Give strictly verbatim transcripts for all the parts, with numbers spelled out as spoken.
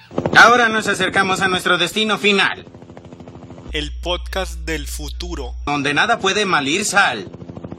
Ahora nos acercamos a nuestro destino final. El podcast del futuro. Donde nada puede malir sal.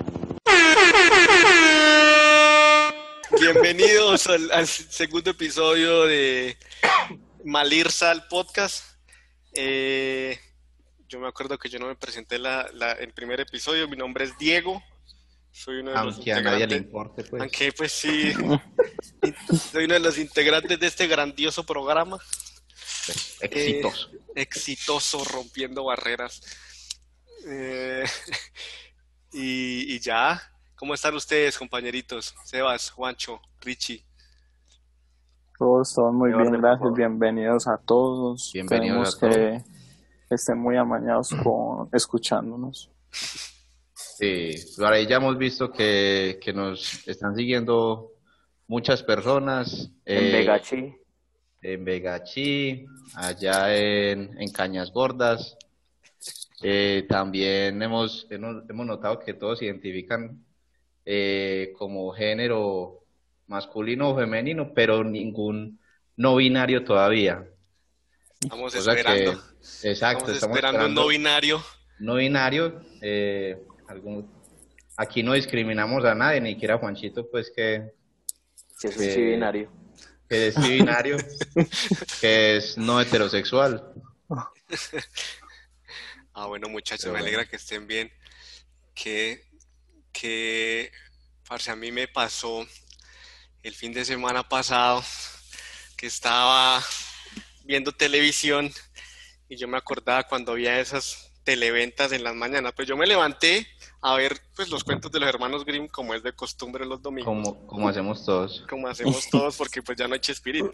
Bienvenidos al, al segundo episodio de Malir Sal Podcast. Eh, yo me acuerdo que yo no me presenté la, la, el primer episodio. Mi nombre es Diego. Soy uno de los Aunque a nadie le importe, pues. Aunque pues sí, soy uno de los integrantes de este grandioso programa. Exitoso. Eh, exitoso, rompiendo barreras. Eh, y, y ya, ¿cómo están ustedes, compañeritos? Sebas, Juancho, Richie. Todos, todos muy bien, gracias. Bienvenidos a todos. Bienvenidos Esperemos a todos. Que estén muy amañados con escuchándonos. Sí, por ahí ya hemos visto que, que nos están siguiendo muchas personas. En eh, Vegachi. En Vegachi, allá en, en Cañas Gordas. Eh, también hemos, hemos, hemos notado que todos se identifican eh, como género masculino o femenino, pero ningún no binario todavía. Estamos Cosa esperando. Que, exacto, estamos, estamos esperando, esperando un no binario. No binario. Eh, algún, aquí no discriminamos a nadie, ni siquiera a Juanchito, pues que... Que es que, binario. Que es binario, que es no heterosexual. Ah, bueno, muchachos, Pero me alegra bueno. que estén bien. Que, que, parce, a mí me pasó el fin de semana pasado que estaba viendo televisión y yo me acordaba cuando había esas televentas en las mañanas. Pues yo me levanté a ver pues los cuentos de los hermanos Grimm, como es de costumbre los domingos. Como, como hacemos todos. Como hacemos todos, porque pues ya no hay Chespirito.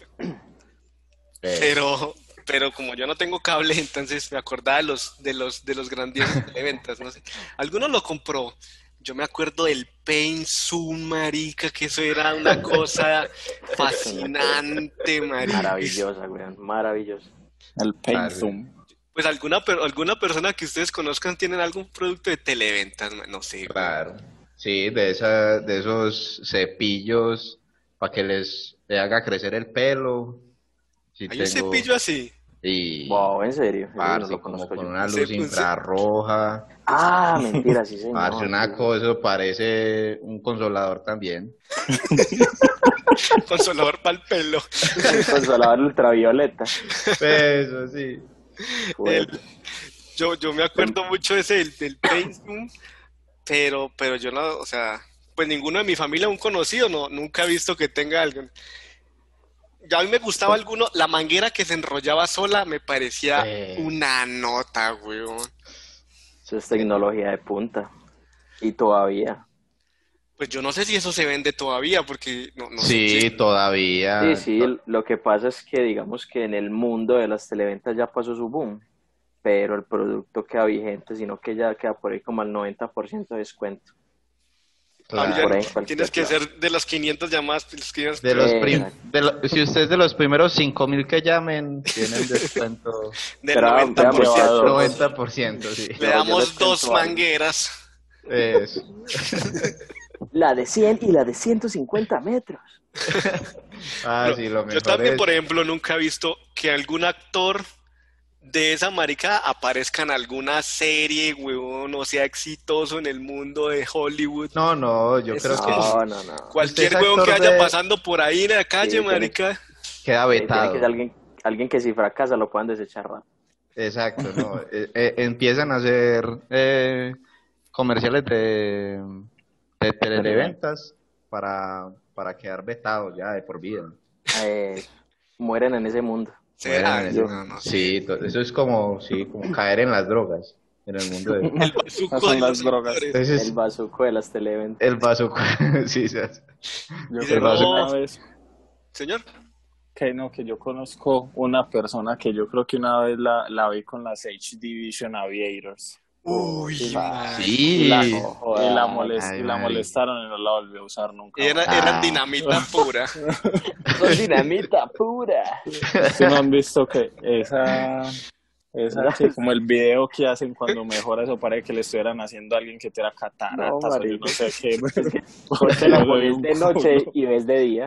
Eh, Pero, pero como yo no tengo cable, entonces me acordaba de los, de los, de los grandiosos televentas, no sé. Alguno lo compró. Yo me acuerdo del Pain Zoom, marica, que eso era una cosa fascinante, marica. Maravillosa, weón, maravillosa. El Paint Claro. Zoom. Pues alguna, per- alguna persona que ustedes conozcan tienen algún producto de televentas, man, no sé. claro. Sí, de esa, de esos cepillos para que les le haga crecer el pelo. Sí Hay un tengo- cepillo así. Y, Wow, en serio. Eso no parce, lo como conozco con yo. una Un luz cep- un cep- infrarroja. Ah, mentira, sí, señor. Parce, una cosa, eso parece un consolador también. Consolador para el pelo. El consolador ultravioleta. Eso sí. Bueno, El- yo, yo me acuerdo mucho de ese del, del Pain Zoom, pero, pero yo no, o sea, pues ninguno de mi familia, un conocido, no, nunca he visto que tenga algo. Ya a mí me gustaba alguno, la manguera que se enrollaba sola me parecía Eh. una nota, weón. eso es tecnología de punta. Y todavía. Pues yo no sé si eso se vende todavía, porque no, no sé Sí, si- todavía. Sí, sí, el- lo que pasa es que digamos que en el mundo de las televentas ya pasó su boom, pero el producto queda vigente, sino que ya queda por ahí como al noventa por ciento de descuento. Claro. Había- por ahí en cualquier tienes que lado. ser de las quinientas llamadas, de los quinientos De los Eh, prim- exacto. de lo- si usted es de los primeros cinco mil que llamen, tienen descuento del Pero, noventa por ciento. veamos, noventa por ciento, sí. Le No, yo damos les dos cuento algo. mangueras. Eso. La de cien y la de ciento cincuenta metros. Ah, sí, lo Yo mejor también, es... por ejemplo, nunca he visto que algún actor de esa marica aparezca en alguna serie, weón, o sea exitoso en el mundo de Hollywood. No, no, yo Eso creo es que No, no, no. Cualquier usted es weón que actor vaya de- pasando por ahí en la calle, Sí, tiene- marica. queda Eh, Tiene vetado. que ser alguien, alguien que si fracasa lo puedan desechar rápido. Exacto, no. Eh, eh, empiezan a hacer eh, comerciales de, de televentas para, para quedar vetados ya de por vida. Eh, mueren en ese mundo. ¿Será? Mueren en No, ese- no sé. Sí, to- eso es como, sí, como caer en las drogas en el mundo de... El bazuco Esas son de las los drogas. actores. Entonces, El bazuco de las televentas. el vaso, sí, sí, Yo Dice, creo que no. una vez, Señor, que no, que yo conozco una persona que yo creo que una vez la, la vi con las H Division Aviators. uy, Ah, man. sí. Y la, No jodas. y la, molest- Ay, y la madre. molestaron y no la volvió a usar nunca. Era, más. era Ah. dinamita pura. Son dinamita pura. ¿Sí no han visto que esa, esa que como el video que hacen cuando mejora eso parece que le estuvieran haciendo a alguien que te era cataratas No, o yo marica. no sé qué? Porque la pones de noche y ves de día.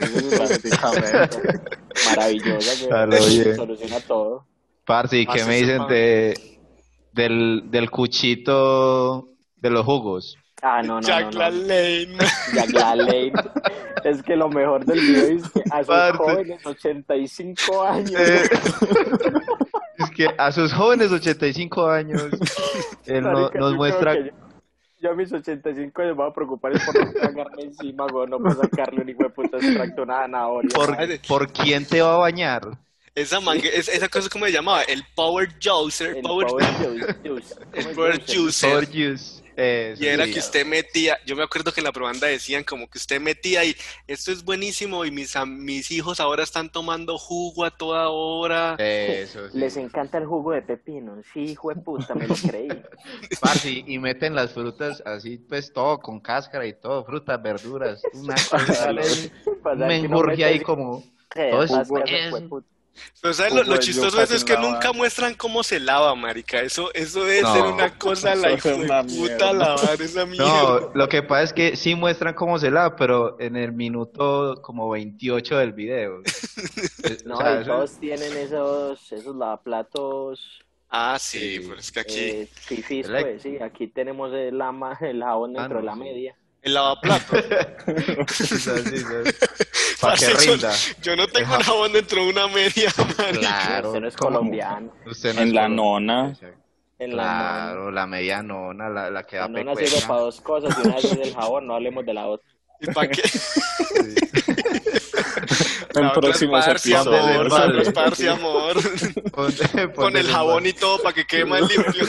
Eso es Prácticamente. maravillosa, A lo que bien. soluciona todo. Parce, ¿y qué Parce, me ese dicen pan- de, del, del cuchito de los jugos? Ah, no, no, Jack no, no. LaLanne. Jack LaLanne. Es que lo mejor del video es que a sus Parce. jóvenes ochenta y cinco años. Eh, es que a sus jóvenes ochenta y cinco años, él no- Marica, nos yo muestra... creo que yo, yo a mis ochenta y cinco años me voy a preocupar es por no cagarme encima, güey, no por sacarle un hijo de puta extracto, una zanahoria. ¿Por, madre. ¿por quién te va a bañar? Esa, mangue- es- esa cosa, ¿cómo se llamaba? El Power Juicer. El Power, Power Juice. Juice. el ¿Cómo es Power Juicer? Juicer. Por juice. Eso, Y era sí. que usted metía, yo me acuerdo que en la propaganda decían como que usted metía y esto es buenísimo y mis, am- mis hijos ahora están tomando jugo a toda hora. Eso, sí. Les encanta el jugo de pepino. Sí, hijo de puta, me lo creí. Parce, y, y meten las frutas así, pues todo, con cáscara y todo, frutas, verduras, una cosa, Dale. sale Para un saber que no menjurje ahí metes- como... Eh, todo es- páscas, es- hijo de puta. Pero ¿sabes? Lo, Jugo lo de chistoso yuca es, es sin que lavar. nunca muestran cómo se lava, marica. Eso, eso debe No. ser una cosa la Eso hijo es de una puta mierda. lavar esa mierda. No, lo que pasa es que sí muestran cómo se lava, pero en el minuto como veintiocho del video. Es- No, o sea, y eso- todos tienen esos, esos lavaplatos Ah, sí, Sí. pero es que aquí eh, fifís, Elec- pues, sí. Aquí tenemos el, lama, el jabón Ah, dentro de no, la sí. media. el lavaplatos. Para que Parce, yo- rinda. Yo no tengo Ajá. un jabón dentro de una media, marica. Claro. Usted no es ¿cómo? colombiano. Usted no En es la colombiano. nona. En la nona. Claro, la media nona, la, la que da La nona sirve para pecueca. dos cosas. Y una vez es el jabón, no hablemos de la otra. ¿Y para qué? En La otra es próximos parce, episodios. amor, Vale. solo es parce, amor. Ponte- Con ponte el en jabón bar. y todo para que quede más limpio.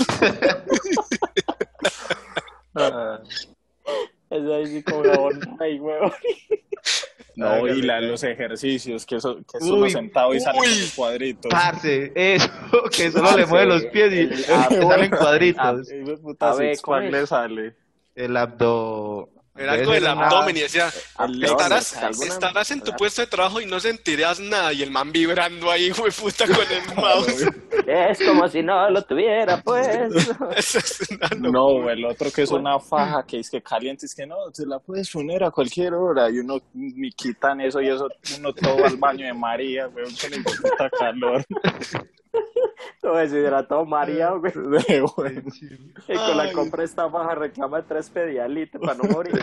Ah, Eso ahí sí con jabón. Ay, huevo. No, y la, los ejercicios, que eso, que es uno Uy, sentado y sale con uy. los cuadritos. Parce, eso, que solo le mueve los pies y El- le ah, salen bueno. cuadritos. Hijo de puta, A ver, six-pack ¿cómo es? le sale. El abdo... Era debe algo del ser una- abdomen y decía, Abdomen, estarás, alguna- estarás en tu puesto de trabajo y no sentirás nada. Y el man vibrando ahí, güey, puta, con el mouse. Es como si no lo tuviera, pues. Eso es una locura. No, el otro que es una faja que es que caliente, es que no, se la puedes poner a cualquier hora y uno ni quitan eso y eso, uno todo al baño de María, güey, con el puta calor. Todo deshidratado, María, güey. De bueno. Y con la Ay. compra de esta baja reclama tres pedialites para no morir.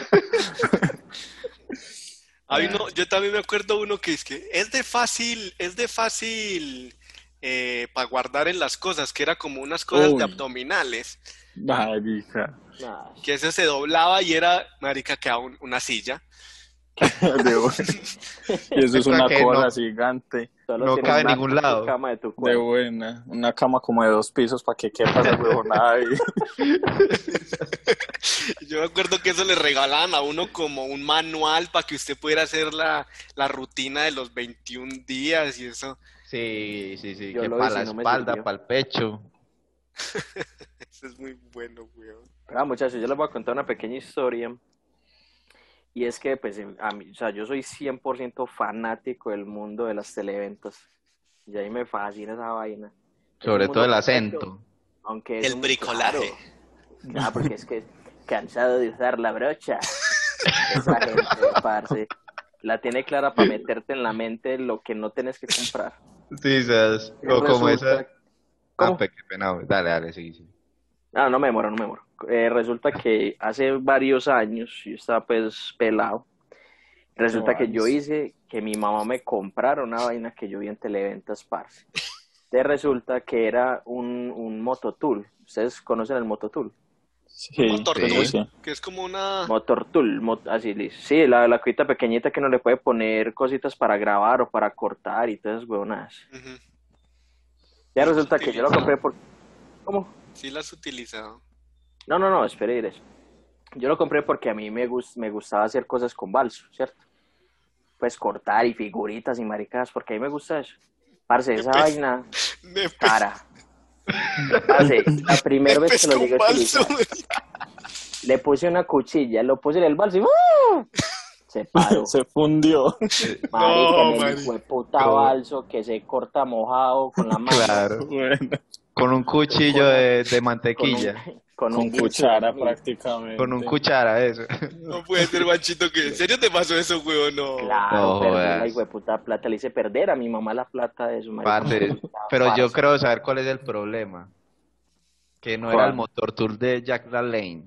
Hay uno, yo también me acuerdo uno que es que es de fácil, es de fácil eh, para guardar en las cosas, que era como unas cosas Uy. de abdominales, Marica. Nah, que ese se doblaba y era, marica, que un- una silla. De bueno. Y eso es una Que cosa no. gigante. solo No tienes cabe en una ningún lado. cama de tu De cuerpo. buena. Una cama como de dos pisos para que quepa esa huevonada ahí. Yo me acuerdo que eso le regalaban a uno como un manual para que usted pudiera hacer la, la rutina de los veintiún días y eso. Sí, sí, sí, Yo que lo para hice la y no me espalda, sirvió. para el pecho. Eso es muy bueno, weón. Ah, muchachos, yo les voy a contar una pequeña historia. Y es que, pues, a mí, o sea, yo soy cien por ciento fanático del mundo de las televentas. Y a mí me fascina esa vaina. Es Sobre un todo el mundo acento. perfecto, aunque es El un- bricolaje. Claro. Ah, porque es que cansado de usar la brocha. Esa gente, parce, la tiene clara para meterte en la mente lo que no tienes que comprar. Sí, ¿sabes? O como Resulta- esa... ¿Cómo? Ah, pe- qué pena. Dale, dale, sí, sí. Ah, no me demoro, no me demoro. Eh, resulta que hace varios años yo estaba pues pelado. Resulta No, que yo vale. hice que mi mamá me comprara una vaina que yo vi en Televentas, parce. Entonces resulta que era un, un mototool. ¿Ustedes conocen el mototool? Sí, Motor sí. tool, sí. que es como una... Motortool, mot- así listo. Sí, la, la cuita pequeñita que uno le puede poner cositas para grabar o para cortar y todas esas huevonadas. Ujú. Ya resulta que yo lo compré por... ¿Cómo? Sí la has utilizado. No, no, no, espere, ir eso. Yo lo compré porque a mí me, gus- me gustaba hacer cosas con balso, ¿cierto? Pues cortar y figuritas y maricadas, porque a mí me gusta eso. Parce, esa pez. vaina, De cara. Parce, la primera vez pez que lo con llegué a balso, utilizar, le puse una cuchilla, lo puse en el balso y ¡uh! Se paró. Se fundió. Marica, No, en el marica. hijo de puta Pero- balso que se corta mojado con la mano. Claro. Bueno. Con un cuchillo de, de Con un- mantequilla. Con, Con un guincho cuchara de mil. prácticamente. Con un cuchara, eso. No puede ser, Juanchito, que en serio te pasó eso, weón, no. Claro, No perdí jodas. la hijueputa plata. Le hice perder a mi mamá la plata de su marica. Parce, pero yo creo saber cuál es el problema. Que no era el ¿Cuál? motor tour de Jack LaLanne.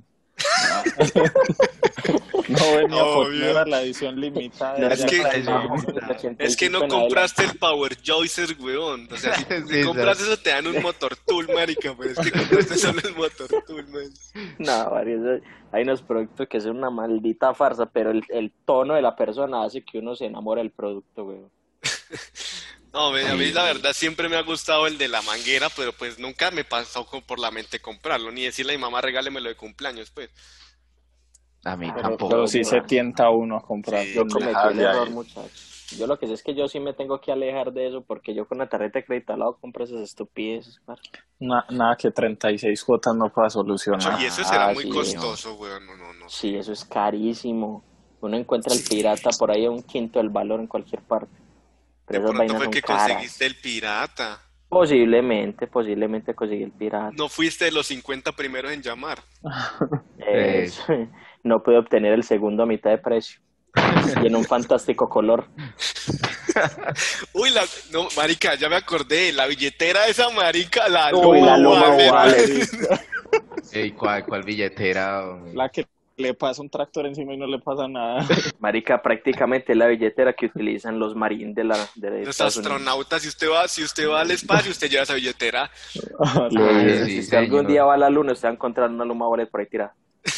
No venía por, Obvio. no era la edición limitada. No, de es Jack que- LaLanne. Es que no compraste el Power Joycer, weón. O sea, si, si Sí, compras sí. eso te dan un motor tool, marica, pero es que compraste solo el motor tool, man. No, varios, hay unos productos que son una maldita farsa, pero el, el tono de la persona hace que uno se enamore del producto, güey. No, me- a mí la verdad siempre me ha gustado el de la manguera, pero pues nunca me pasó co- por la mente comprarlo, ni decirle a mi mamá regálemelo de cumpleaños, pues. A mí Pero- tampoco. Pero sí se tienta uno a comprar. Sí, Yo cometí el pendejadas de error, ahí. muchachos. Yo lo que sé es que yo sí me tengo que alejar de eso porque yo con la tarjeta de crédito al lado compro esas estupideces, parce. Na- nada que treinta y seis cuotas no pueda solucionar. Y eso será Ah, muy sí, costoso, weón, no, no, no. Sí, eso es carísimo. Uno encuentra el pirata por ahí a un quinto del valor en cualquier parte. De Pero esas pronto vainas fue son que caras. conseguiste el pirata. Posiblemente, posiblemente conseguí el pirata. No fuiste de los cincuenta primeros en llamar. Eso. No pude obtener el segundo a mitad de precio. Y en un fantástico color. Uy, la, no, marica, ya me acordé, la billetera de esa marica, la Uy, la Luma Wallet. Wallet. Ey, ¿cuál, cuál billetera? hombre? La que le pasa un tractor encima y no le pasa nada. Marica, prácticamente es la billetera que utilizan los marines de la de Los Estados Unidos. astronautas, si usted va, si usted va al espacio, usted lleva esa billetera. Sí, Ay, sí, si usted algún señor. día va a la luna, usted va a encontrar una Luma Wallet por ahí tirada.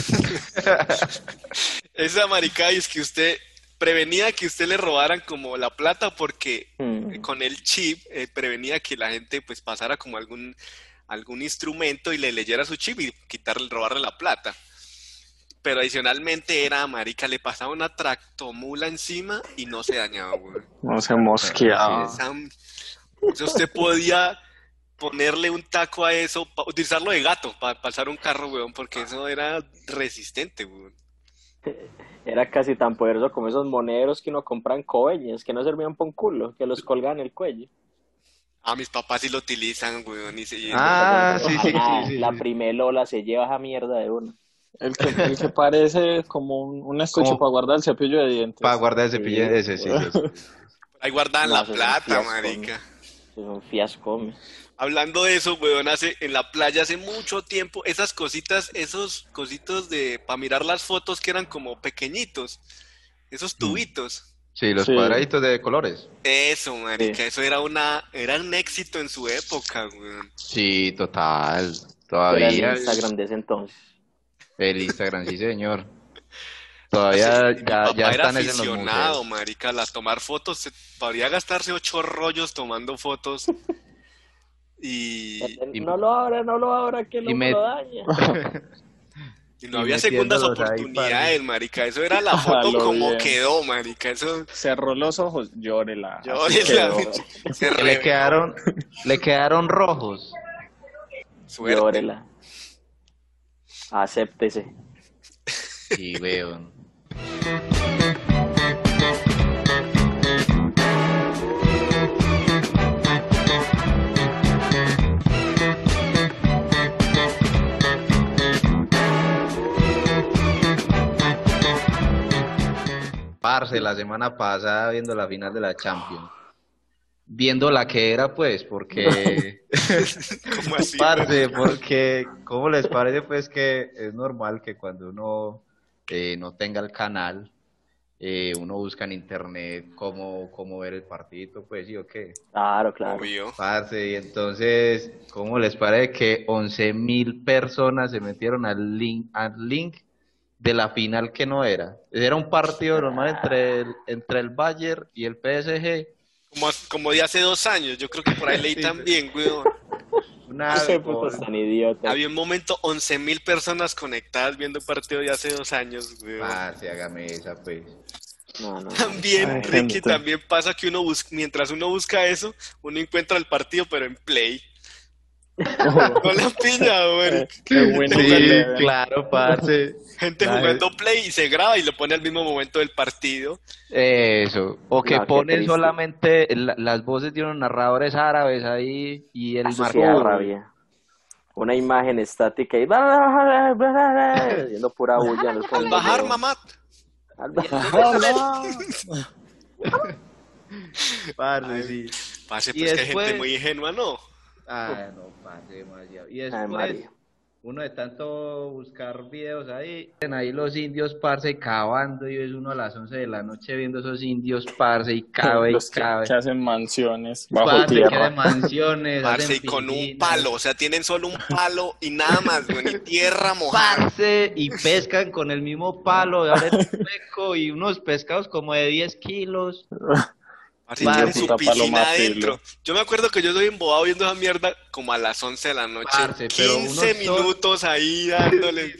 Esa marica es que usted prevenía que usted le robaran como la plata porque Mm. con el chip eh, prevenía que la gente pues pasara como algún algún instrumento y le leyera su chip y quitarle, robarle la plata. Pero adicionalmente era, marica, le pasaba una tractomula encima y no se dañaba, güey. No se mosqueaba. Esa- o sea, usted podía ponerle un taco a eso, pa- utilizarlo de gato para pasar un carro, weón, porque eso era resistente, weón. Era casi tan poderoso como esos moneros que uno compra en Coveñas, que no servían para un culo, que los colgaban en el cuello. Ah, mis papás sí lo utilizan, weón, y se y- Ah, sí, sí, Ah, sí, sí, la sí. primelola se lleva esa mierda de uno. El que, el que parece como un, un estuche Como- para guardar el cepillo de dientes. Para guardar el cepillo Sí. ese, sí, sí, sí. ahí guardaban No, la eso es un plata, fiasco, marica. Es un fiasco, hombre. Hablando de eso, weón, hace, en la playa hace mucho tiempo, esas cositas, esos cositos de, para mirar las fotos que eran como pequeñitos, esos tubitos. Sí, los Sí. cuadraditos de colores. Eso, marica, Sí. eso era una, era un éxito en su época, weón. Sí, total. Era el Todavía Instagram de ese entonces. el Instagram, sí, señor. Todavía Mi ya, papá ya era están es en los aficionado, museos. marica, a tomar fotos, se- podría gastarse ocho rollos tomando fotos. Y, Y- No lo abra, no lo abra, que y no me- lo daña. y no Y había segundas metiéndolos ahí, oportunidades, marica. Eso era la A foto lo como bien. quedó, marica. Eso Cerró los ojos, llórela. así Llórela. quedó. se Que le reveló. quedaron, le quedaron rojos. Suerte. Llórela. Acéptese. Sí, weón. Parce, la semana pasada viendo la final de la Champions. Viendo la que era, pues, porque... ¿Cómo así? Parce, porque, ¿cómo les parece? Pues que es normal que cuando uno eh, no tenga el canal, eh, uno busca en internet cómo, cómo ver el partidito, pues, ¿sí o qué? Claro, claro. Obvio. Parce, y entonces, ¿cómo les parece que once mil personas se metieron al link, al link de la final que no era? Era un partido normal entre el, entre el Bayern y el P S G. Como, como de hace dos años, yo creo que por ahí leí Sí, también, weón. Una, Qué putos tan idiotas. Había un momento once mil personas conectadas viendo un partido de hace dos años, weón. parce, hágame esa, pues. No, no. También, Ay, Ricky, gente. también pasa que uno busca, mientras uno busca eso, uno encuentra el partido, pero en Play. Con la piña, güey. Qué bueno. Sí, claro, parce. Gente Ay. jugando Play y se graba y lo pone al mismo momento del partido. Eso, o que No, qué ponen triste. solamente la- las voces de unos narradores árabes ahí y el Eso sí da marcador. rabia. una imagen estática y haciendo pura bulla. en el Al fondo, bajar, weón. mamá. Al bajar. Parce, sí. Parce, Y pues que hay después- gente muy ingenua, ¿no? Ah, no, parce, demasiado. Y Ay, después, María. uno de tanto buscar videos ahí, ahí los indios, parce, cavando, y es uno a las once de la noche viendo esos indios, parce, y cabe y Los que, cabe. que hacen mansiones bajo Parce, que tierra. de mansiones, Parce, hacen y con un piscinas. palo, o sea, tienen solo un palo y nada más, güey, ni tierra mojada. Parce, y pescan con el mismo palo, abren un hueco y unos pescados como de diez kilos. Parce, Parce, tienen su puta piscina paloma adentro. Yo me acuerdo que yo estoy embobado viendo esa mierda como a las once de la noche. Parce, pero quince unos son- minutos ahí dándole.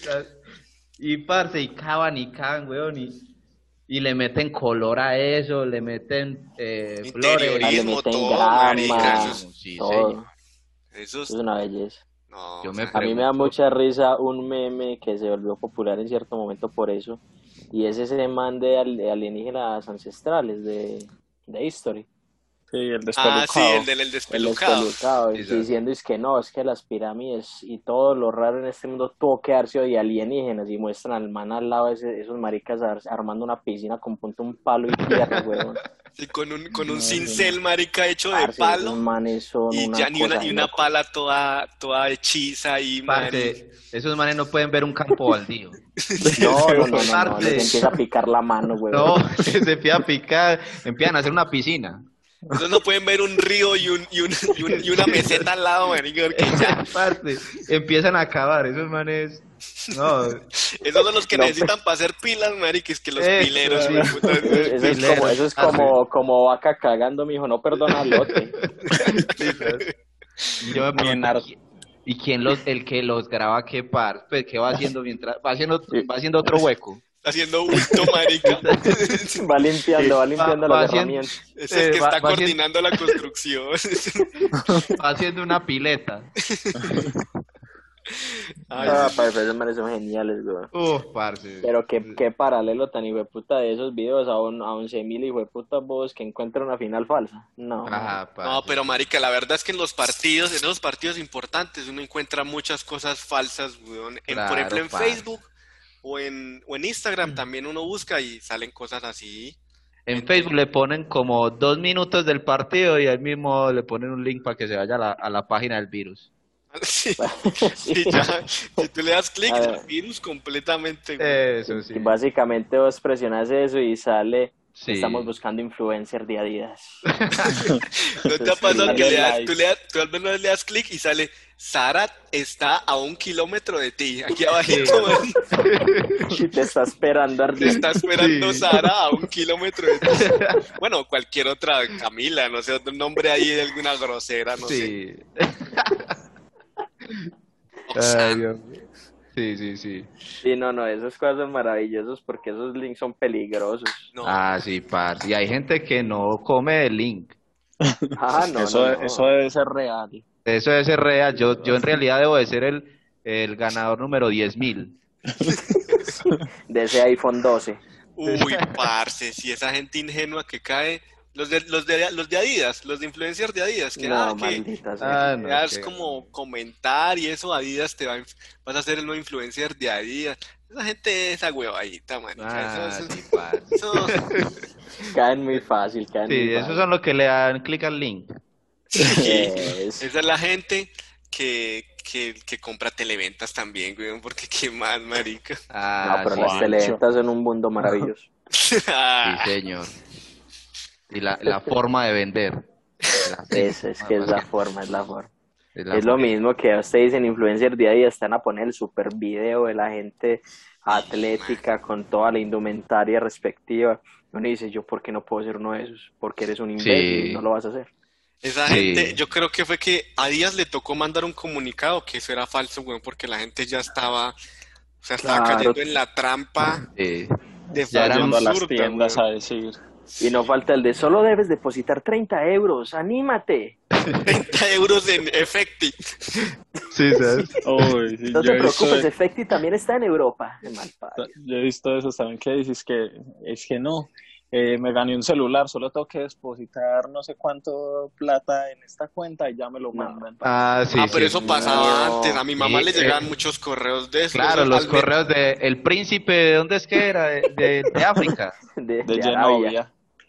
Y parce, y cavan y cavan, weón, y, y le meten color a eso, le meten eh, flores. Ah, le Interiorismo, meten todo, grama, marica. Eso es- Sí, todo. señor. Eso es- Es una belleza. no, Yo o me sea, A mí me da Pregunto. mucha risa un meme que se volvió popular en cierto momento por eso, y es ese man de, al- de alienígenas ancestrales de, de History. Sí, el Ah, sí, despelucado. el del el El despelucado. despelucado, y Exacto. diciendo es que no, es que las pirámides y todo lo raro en este mundo tuvo que darse de alienígenas, y muestran al man al lado de ese- esos maricas ar- armando una piscina con punto un palo y tierra, weón. Sí, con un, con un No, cincel, marica, hecho de Parce, esos palo. manes son Y una ya ni una, cosa y de una loco. pala toda, toda hechiza ahí, marica. Parce, esos manes no pueden ver un campo baldío. No, no, no, no, no, Parce. les empieza a picar la mano, weón. No, se empiezan a picar, empiezan a hacer una piscina. Entonces no pueden ver un río y, un, y, un, y, un- y una meseta al lado, marica, porque ya. Parce, empiezan a cavar, esos manes. No, Esos son los que No, necesitan para hacer pilas, marica, es que los Eso, pileros, sí. hijo de puta. Eso, eso es Pileros, como, eso es parce. como, como vaca cagando, mijo, no perdona al lote. sí, ¿sabes? Y yo me Ni pregunto, en ar- ¿qui- ¿y quién los, el que los graba qué par? Pues, ¿qué va haciendo mientras, va haciendo, va haciendo otro hueco? Haciendo bulto, marica. Va limpiando, va limpiando Va- va las haciendo- herramientas. Es el que Eh, va- está va haciendo- coordinando la construcción. Va haciendo una pileta. Ay, Ah, sí. parce, esos manes son geniales, weón. Uf, parce. Pero qué, qué paralelo tan hijueputa de esos videos a, un, a once mil hijueputas bobos que encuentran una final falsa. No. Ajá, parce. No, pero marica, la verdad es que en los partidos, en esos partidos importantes, uno encuentra muchas cosas falsas, weón. En, por Claro, ejemplo, en parce. Facebook o en, o en Instagram también uno busca y salen cosas así. En Facebook le ponen como dos minutos del partido y ahí mismo le ponen un link para que se vaya a la, a la página del virus. Sí, Sí. y ya, si tú le das clic, A el ver. virus completamente, weón. Eso sí. Y básicamente vos presionas eso y sale, Sí. estamos buscando influencer de Adidas. ¿No te ha pasado Dale que le das, like. tú, le das, tú al menos le das clic y sale, Sara está a un kilómetro de ti, aquí abajito, man. Y te está esperando Te ardiendo. está esperando Sí. Sara a un kilómetro de ti. Bueno, cualquier otra, Camila, no sé, otro nombre ahí de alguna grosera, no sé. Sí. Ay, Oxana. Dios mío. Sí, sí, sí. Sí, no, no, esos cosas son maravillosos porque esos links son peligrosos. No, Ah, sí, parce. Y hay gente que no come el link. Ah, no, eso, no, no. eso debe ser real. Eso es real. Yo, yo en realidad debo de ser el, el ganador número diez mil. De ese iPhone doce. uy, parce, si esa gente ingenua que cae, los de, los de, los de Adidas, los de influencers de Adidas, que, No, ah, que maldita sea. Ah, no, das que- como comentar y eso, Adidas te va, a inf- vas a ser el nuevo influencer de Adidas. Esa gente esa huevadita, manica, Ah, eso, eso- sí, parce. eso- Caen muy fácil, caen Sí, muy esos fácil. son los que le dan clic al link. Es- esa es la gente que, que, que compra televentas también, güey, porque qué más, marica. Ah, No, pero sí, las Juancho. televentas son un mundo maravilloso. sí, señor. Y la, la forma de vender. La Es, es que es la forma, es la forma. es la Es lo forma. mismo que ustedes dicen influencer de ahí, están a poner el super video de la gente atlética con toda la indumentaria respectiva. Y uno dice, yo, ¿por qué no puedo ser uno de esos? Porque eres un imbécil Sí. y no lo vas a hacer. Esa Sí. gente, yo creo que fue que a Díaz le tocó mandar un comunicado que eso era falso, güey, porque la gente ya estaba, o sea, estaba Claro. cayendo en la trampa Sí. de Ya eran Yendo a las absurda, tiendas güey. a decir. Y no falta el de, solo debes depositar treinta euros, anímate. treinta euros en Efecti. Sí, ¿sabes? Uy, sí, No yo, te he visto, preocupes, Efecti también está en Europa. Qué mal padre. yo he visto esos también que dices que es que no. eh, me gané un celular, solo tengo que depositar no sé cuánto plata en esta cuenta y ya me lo No. mandan. Ah, sí, Ah, pero sí. eso pasaba No. antes. A mi mamá Sí, le eh, llegaban muchos correos de esos. Claro, Eso los al- correos de El Príncipe, ¿de dónde es que era? De, de, de África. De, De de Arabia. Genovia.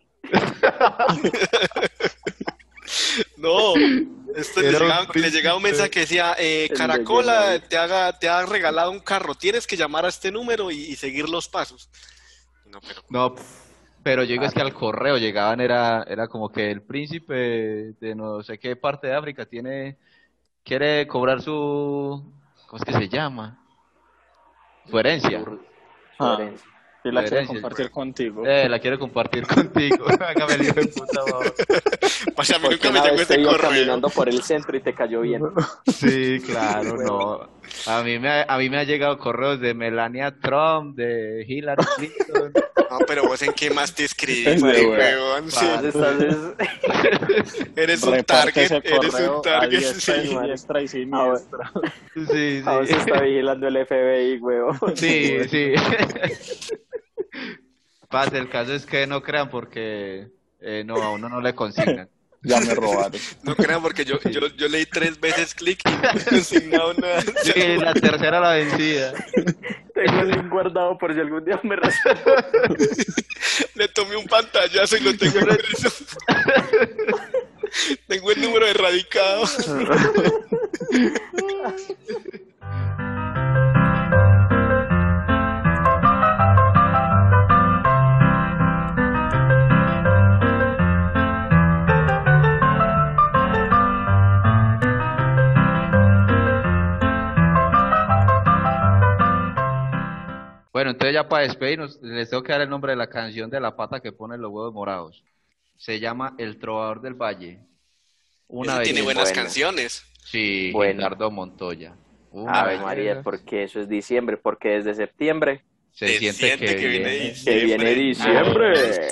No, esto le Era un llegaba, le llegaba un mensaje que decía, eh, El de Caracola Genovia. te, haga, te ha regalado un carro, tienes que llamar a este número y, y seguir los pasos. No, pero No, pero yo digo es que al correo llegaban, era, era como que el príncipe de no sé qué parte de África tiene, quiere cobrar su, ¿cómo es que se llama? Su herencia. Su- su Ah, herencia. y la Su quiero herencia. compartir contigo. Eh, la quiero compartir contigo. Hágame el hijo de puta, favor. pues a mí Porque nunca me una llegó vez te ese iba correo. caminando por el centro y te cayó bien. Sí, claro, no. A mí me, ha- a mí me ha llegado correos de Melania Trump, de Hillary Clinton. No, pero vos en qué más te escribís, Es de weón. weón. Sí, Entonces, estás- eres un Reparte target, ese eres correo un target. a diestra y Sí. siniestra y siniestra. Sí, a vos sí. te está vigilando el F B I, huevón. Sí, sí. Pase, el caso es que no crean porque eh, no, a uno no le consignan. Ya me robaron. No crean porque yo, yo, yo leí tres veces clic y no me he consignado nada. Sí, la tercera la vencida. Tengo el link guardado por si algún día me rasuro. Le tomé un pantallazo y lo tengo impreso. Tengo el número erradicado. Bueno, entonces ya para despedirnos, les tengo que dar el nombre de la canción de la pata que pone los huevos morados. Se llama El Trovador del Valle. Una Ese tiene belleza. buenas buena. canciones. Sí, Bueno. Gildardo Montoya. Una Ave belleza. María, porque eso es diciembre, porque desde septiembre Se Se siente, siente que, que viene viene. diciembre. que viene diciembre.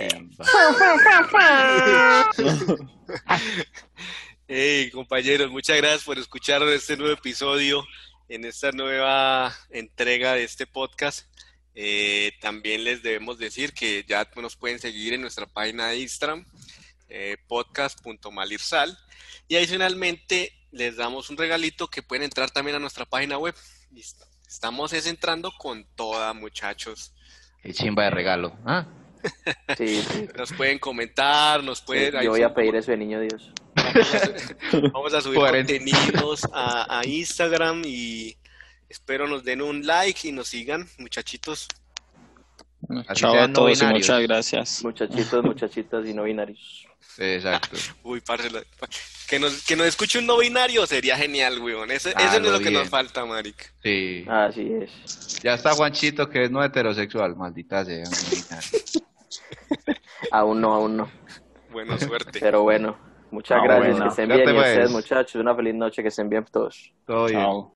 Chimba. Hey, compañeros, muchas gracias por escuchar este nuevo episodio en esta nueva entrega de este podcast. Eh, también les debemos decir que ya nos pueden seguir en nuestra página de Instagram, eh, podcast punto malirsal, y adicionalmente les damos un regalito que pueden entrar también a nuestra página web. Listo. Estamos es entrando con toda, muchachos. Qué chimba de regalo. ¿Ah? Sí, sí. Nos pueden comentar, nos pueden... ahí Yo voy a son- pedir eso de niño Dios. Vamos a subir cuarenta. contenidos a, a Instagram y espero nos den un like y nos sigan, muchachitos. Así Chao a sean no todos y binarios. muchas gracias. Muchachitos, muchachitas y no binarios. Exacto. Uy, parce, la- que nos, que nos escuche un no binario sería genial, weón. Eso, Ah, eso es lo lo que bien. nos falta, marica. Sí. Así es. Ya está Juanchito, que es no heterosexual, maldita sea. no binario. Aún no, aún no. Bueno, suerte. Pero bueno, muchas Ah, gracias. bueno. Que estén Cuídate, bien. Y pues. ustedes, muchachos, una feliz noche. Que estén bien todos. Todo bien. Chao.